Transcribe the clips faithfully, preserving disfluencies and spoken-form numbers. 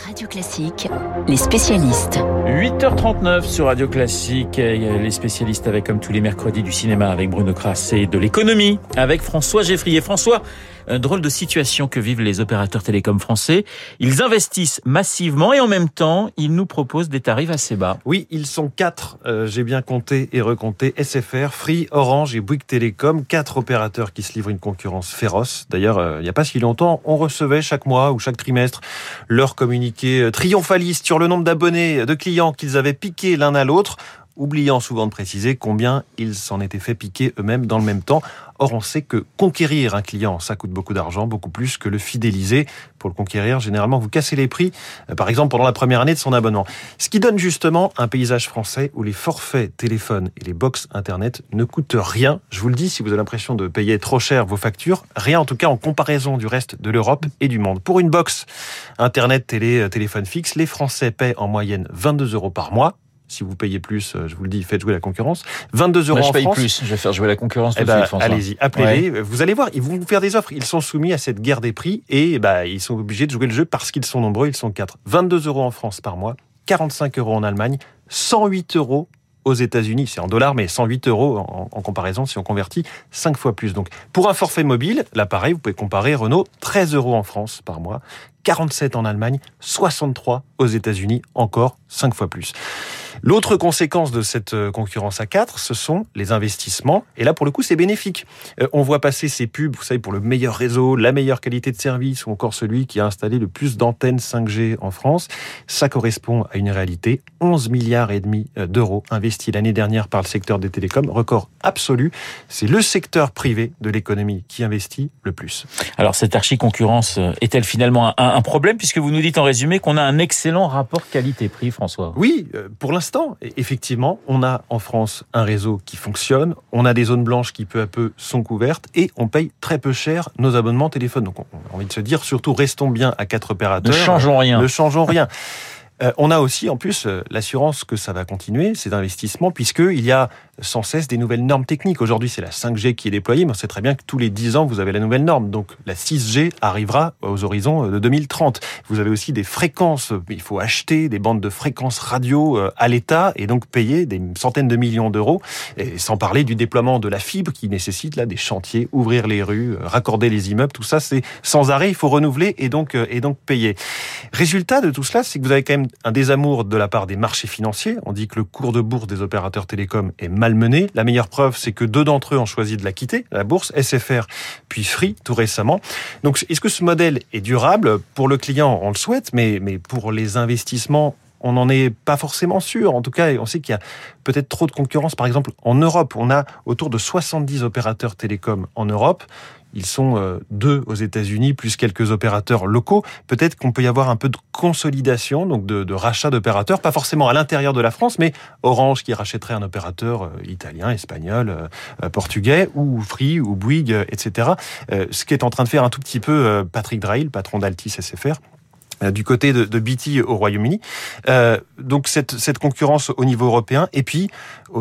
Radio Classique, les spécialistes. huit heures trente-neuf sur Radio Classique. Les spécialistes avec, comme tous les mercredis, du cinéma avec Bruno Kras et de l'économie avec François Geffrier. François, un drôle de situation que vivent les opérateurs télécoms français. Ils investissent massivement et en même temps, ils nous proposent des tarifs assez bas. Oui, ils sont quatre, euh, j'ai bien compté et recompté, S F R, Free, Orange et Bouygues Télécom, quatre opérateurs qui se livrent une concurrence féroce. D'ailleurs, euh, il n'y a pas si longtemps, on recevait chaque mois ou chaque trimestre leur communiqué triomphaliste sur le nombre d'abonnés, de clients qu'ils avaient piqués l'un à l'autre, oubliant souvent de préciser combien ils s'en étaient fait piquer eux-mêmes dans le même temps. Or, on sait que conquérir un client, ça coûte beaucoup d'argent, beaucoup plus que le fidéliser. Pour le conquérir, généralement, vous cassez les prix, par exemple, pendant la première année de son abonnement. Ce qui donne justement un paysage français où les forfaits téléphones et les box Internet ne coûtent rien. Je vous le dis, si vous avez l'impression de payer trop cher vos factures, rien en tout cas en comparaison du reste de l'Europe et du monde. Pour une box Internet, télé, téléphone fixe, les Français paient en moyenne vingt-deux euros par mois. Si vous payez plus, je vous le dis, faites jouer la concurrence. vingt-deux euros Moi, en France. Je paye plus, je vais faire jouer la concurrence tout eh de ben, suite, François. Allez-y, appelez-les. Ouais. Vous allez voir, ils vont vous faire des offres. Ils sont soumis à cette guerre des prix et bah, ils sont obligés de jouer le jeu parce qu'ils sont nombreux, ils sont quatre. vingt-deux euros en France par mois, quarante-cinq euros en Allemagne, cent huit euros aux États-Unis, c'est en dollars, mais cent huit euros en, en comparaison si on convertit cinq fois plus. Donc, pour un forfait mobile, là pareil, vous pouvez comparer Renault, treize euros en France par mois, quarante-sept en Allemagne, soixante-trois aux États-Unis, encore cinq fois plus. L'autre conséquence de cette concurrence à quatre, ce sont les investissements. Et là, pour le coup, c'est bénéfique. Euh, on voit passer ces pubs, vous savez, pour le meilleur réseau, la meilleure qualité de service, ou encore celui qui a installé le plus d'antennes cinq G en France. Ça correspond à une réalité. onze milliards et demi d'euros investis l'année dernière par le secteur des télécoms. Record absolu. C'est le secteur privé de l'économie qui investit le plus. Alors, cette archi-concurrence est-elle finalement un, un problème, puisque vous nous dites en résumé qu'on a un excellent rapport qualité-prix, François? Oui, pour l'instant, effectivement, on a en France un réseau qui fonctionne, on a des zones blanches qui peu à peu sont couvertes et on paye très peu cher nos abonnements téléphone. Donc on a envie de se dire, surtout restons bien à quatre opérateurs. Ne changeons rien. Ne changeons rien. Euh, on a aussi, en plus, euh, l'assurance que ça va continuer, ces investissements, puisqu'il y a sans cesse des nouvelles normes techniques. Aujourd'hui, c'est la cinq G qui est déployée, mais on sait très bien que tous les dix ans, vous avez la nouvelle norme. Donc, la six G arrivera aux horizons de deux mille trente. Vous avez aussi des fréquences. Il faut acheter des bandes de fréquences radio à l'État et donc payer des centaines de millions d'euros. Et sans parler du déploiement de la fibre qui nécessite là des chantiers, ouvrir les rues, raccorder les immeubles. Tout ça, c'est sans arrêt. Il faut renouveler et donc, et donc payer. Résultat de tout cela, c'est que vous avez quand même un désamour de la part des marchés financiers. On dit que le cours de bourse des opérateurs télécoms est malmené. La meilleure preuve, c'est que deux d'entre eux ont choisi de la quitter, la bourse, S F R puis Free, tout récemment. Donc, est-ce que ce modèle est durable? Pour le client, on le souhaite, mais, mais pour les investissements, on n'en est pas forcément sûr. En tout cas, on sait qu'il y a peut-être trop de concurrence. Par exemple, en Europe, on a autour de soixante-dix opérateurs télécoms en Europe. Ils sont euh, deux aux États-Unis, plus quelques opérateurs locaux. Peut-être qu'on peut y avoir un peu de consolidation, donc de, de rachat d'opérateurs, pas forcément à l'intérieur de la France, mais Orange qui rachèterait un opérateur euh, italien, espagnol, euh, portugais, ou Free, ou Bouygues, euh, et cetera. Euh, ce qui est en train de faire un tout petit peu euh, Patrick Drahi, le patron d'Altis S F R. Du côté de, de B T au Royaume-Uni. Euh, donc cette, cette concurrence au niveau européen. Et puis,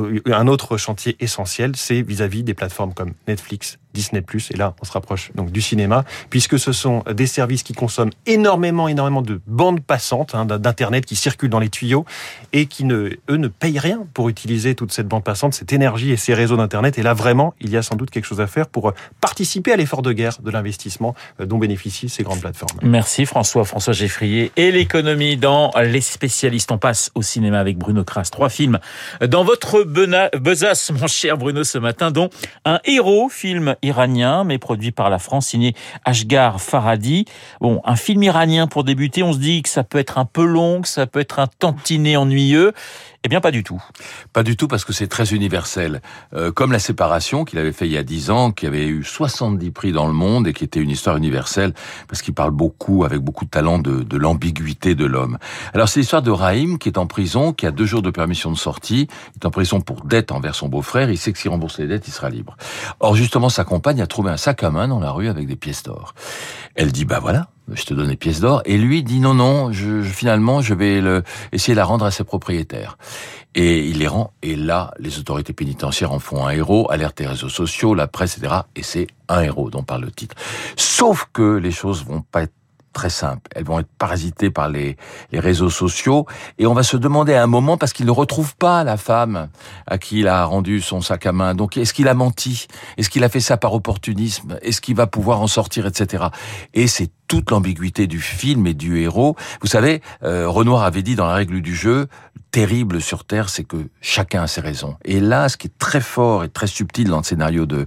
un autre chantier essentiel, c'est vis-à-vis des plateformes comme Netflix, Disney plus, et là, on se rapproche donc du cinéma, puisque ce sont des services qui consomment énormément, énormément de bandes passantes, hein, d'Internet qui circulent dans les tuyaux, et qui, ne, eux, ne payent rien pour utiliser toute cette bande passante, cette énergie et ces réseaux d'Internet. Et là, vraiment, il y a sans doute quelque chose à faire pour participer à l'effort de guerre de l'investissement dont bénéficient ces grandes plateformes. Merci François, François Geffrier et l'économie dans Les Spécialistes. On passe au cinéma avec Bruno Kras. Trois films dans votre besace, mon cher Bruno, ce matin, dont un héros, film iranien, mais produit par la France, signé Ashghar Farhadi. Bon, un film iranien pour débuter, on se dit que ça peut être un peu long, que ça peut être un tantinet ennuyeux. Eh bien, pas du tout. Pas du tout, parce que c'est très universel. Euh, comme La Séparation, qu'il avait fait il y a dix ans, qui avait eu soixante-dix prix dans le monde et qui était une histoire universelle, parce qu'il parle beaucoup, avec beaucoup de talent, de, de l'ambiguïté de l'homme. Alors, c'est l'histoire de Raïm, qui est en prison, qui a deux jours de permission de sortie. Il est en prison pour dette envers son beau-frère. Il sait que s'il rembourse les dettes, il sera libre. Or, justement, sa compagne a trouvé un sac à main dans la rue avec des pièces d'or. Elle dit, bah voilà, je te donne les pièces d'or. Et lui dit, non, non, je, je, finalement, je vais le, essayer de la rendre à ses propriétaires. Et il les rend, et là, les autorités pénitentiaires en font un héros, alertent les réseaux sociaux, la presse, et cetera. Et c'est un héros dont parle le titre. Sauf que les choses vont pas être très simple. Elles vont être parasitées par les, les réseaux sociaux et on va se demander à un moment, parce qu'il ne retrouve pas la femme à qui il a rendu son sac à main. Donc, est-ce qu'il a menti? Est-ce qu'il a fait ça par opportunisme? Est-ce qu'il va pouvoir en sortir, et cetera. Et c'est toute l'ambiguïté du film et du héros. Vous savez, euh, Renoir avait dit dans La règle du jeu, terrible sur Terre, c'est que chacun a ses raisons. Et là, ce qui est très fort et très subtil dans le scénario de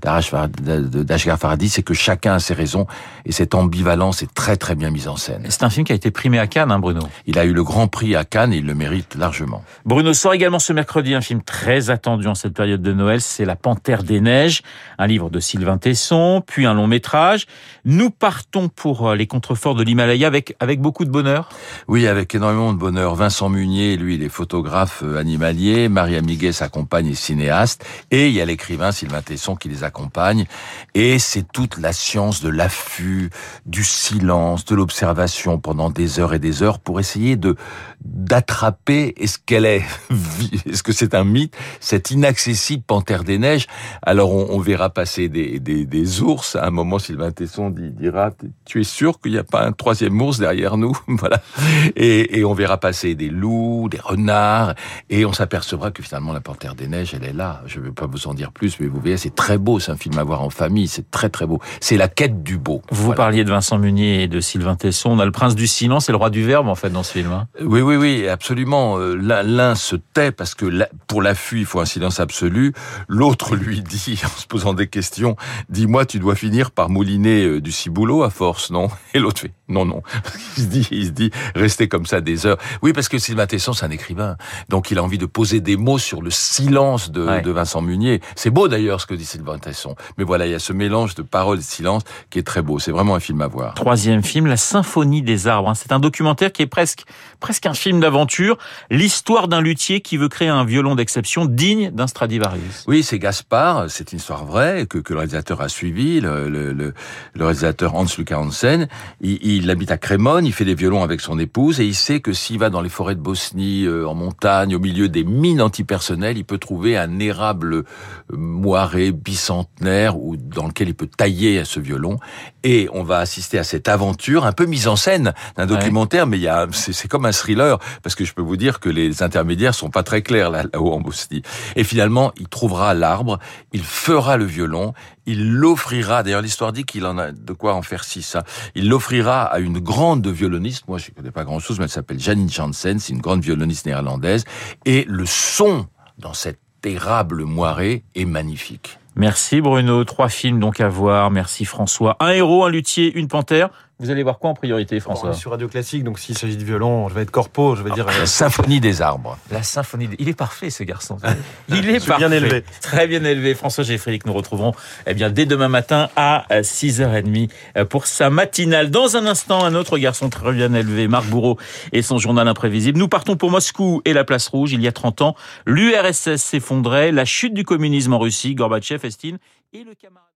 d'Ashghar Farhadi, c'est que chacun a ses raisons. Et cette ambivalence est très très bien mise en scène. C'est un film qui a été primé à Cannes, hein, Bruno. Il a eu le grand prix à Cannes et il le mérite largement. Bruno sort également ce mercredi un film très attendu en cette période de Noël, c'est La Panthère des Neiges, un livre de Sylvain Tesson, puis un long métrage. Nous partons pour les contreforts de l'Himalaya avec avec beaucoup de bonheur. Oui, avec énormément de bonheur. Vincent Munier, lui, il est photographe animalier. Maria Miguet, sa compagne, est cinéaste. Et il y a l'écrivain Sylvain Tesson qui les accompagne. Et c'est toute la science de l'affût, du silence, de l'observation pendant des heures et des heures pour essayer de d'attraper, est-ce qu'elle est, est-ce que c'est un mythe, cette inaccessible panthère des neiges. Alors on, on verra passer des, des, des ours. À un moment, Sylvain Tesson dit, dira, tu es sûr qu'il n'y a pas un troisième ours derrière nous? Voilà. Et, et on verra passer des loups, des renards, et on s'apercevra que finalement la panthère des neiges, elle est là. Je ne vais pas vous en dire plus, mais vous verrez, c'est très beau, c'est un film à voir en famille, c'est très très beau. C'est la quête du beau. Vous Voilà. parliez de Vincent Munier et de Sylvain Tesson. On a le prince du silence et le roi du verbe, en fait, dans ce film. Hein. Oui, oui, oui, absolument. L'un, l'un se tait parce que la, pour l'affût, il faut un silence absolu. L'autre lui dit, en se posant des questions, dis-moi, tu dois finir par mouliner du ciboulot à force, non? Et l'autre fait, non, non. Il se dit, il se dit, restez comme ça des heures. Oui, parce que Sylvain Tesson, c'est un écrivain. Donc, il a envie de poser des mots sur le silence de, ouais. de Vincent Munier. C'est beau, d'ailleurs, ce que dit Sylvain Tesson. Mais voilà, il y a ce mélange de paroles et de silence qui est très beau. C'est vraiment un film à voir. Troisième film, La Symphonie des arbres. C'est un documentaire qui est presque, presque un film d'aventure. L'histoire d'un luthier qui veut créer un violon d'exception digne d'un Stradivarius. Oui, c'est Gaspard. C'est une histoire vraie que, que le réalisateur a suivi. Le, le, le, le réalisateur Hans Luca Hansen. Il, il habite à Crémone. Il fait des violons avec son épouse et il sait que s'il va dans les forêts de Bosnie, euh, en montagne, au milieu des mines antipersonnelles, il peut trouver un érable moiré, bicentenaire, ou dans lequel il peut tailler ce violon. Et on va assister à cette aventure un peu mise en scène d'un documentaire, ouais. mais il y a, c'est, c'est comme un thriller, parce que je peux vous dire que les intermédiaires sont pas très clairs là, là-haut en Bosnie. Et finalement, il trouvera l'arbre, il fera le violon, il l'offrira, d'ailleurs l'histoire dit qu'il en a de quoi en faire six, hein. Il l'offrira à une grande violoniste, moi je ne connais pas grand-chose, mais elle s'appelle Janine Jansen, c'est une grande violoniste néerlandaise, et le son dans cet érable moiré est magnifique. Merci Bruno, trois films donc à voir, merci François. Un héros, un luthier, une panthère. Vous allez voir quoi en priorité, François? Bon, sur Radio Classique, donc s'il s'agit de violon, je vais être corpo, je vais dire... La euh... symphonie des arbres. La symphonie des... Il est parfait, ce garçon. Il est parfait. Bien élevé. Très bien élevé. François Geffrier, que nous retrouverons eh bien, dès demain matin à six heures trente pour sa matinale. Dans un instant, un autre garçon très bien élevé, Marc Bourreau, et son journal imprévisible. Nous partons pour Moscou et la place rouge. Il y a trente ans, l'U R S S s'effondrait, la chute du communisme en Russie, Gorbatchev, Estine et le camarade...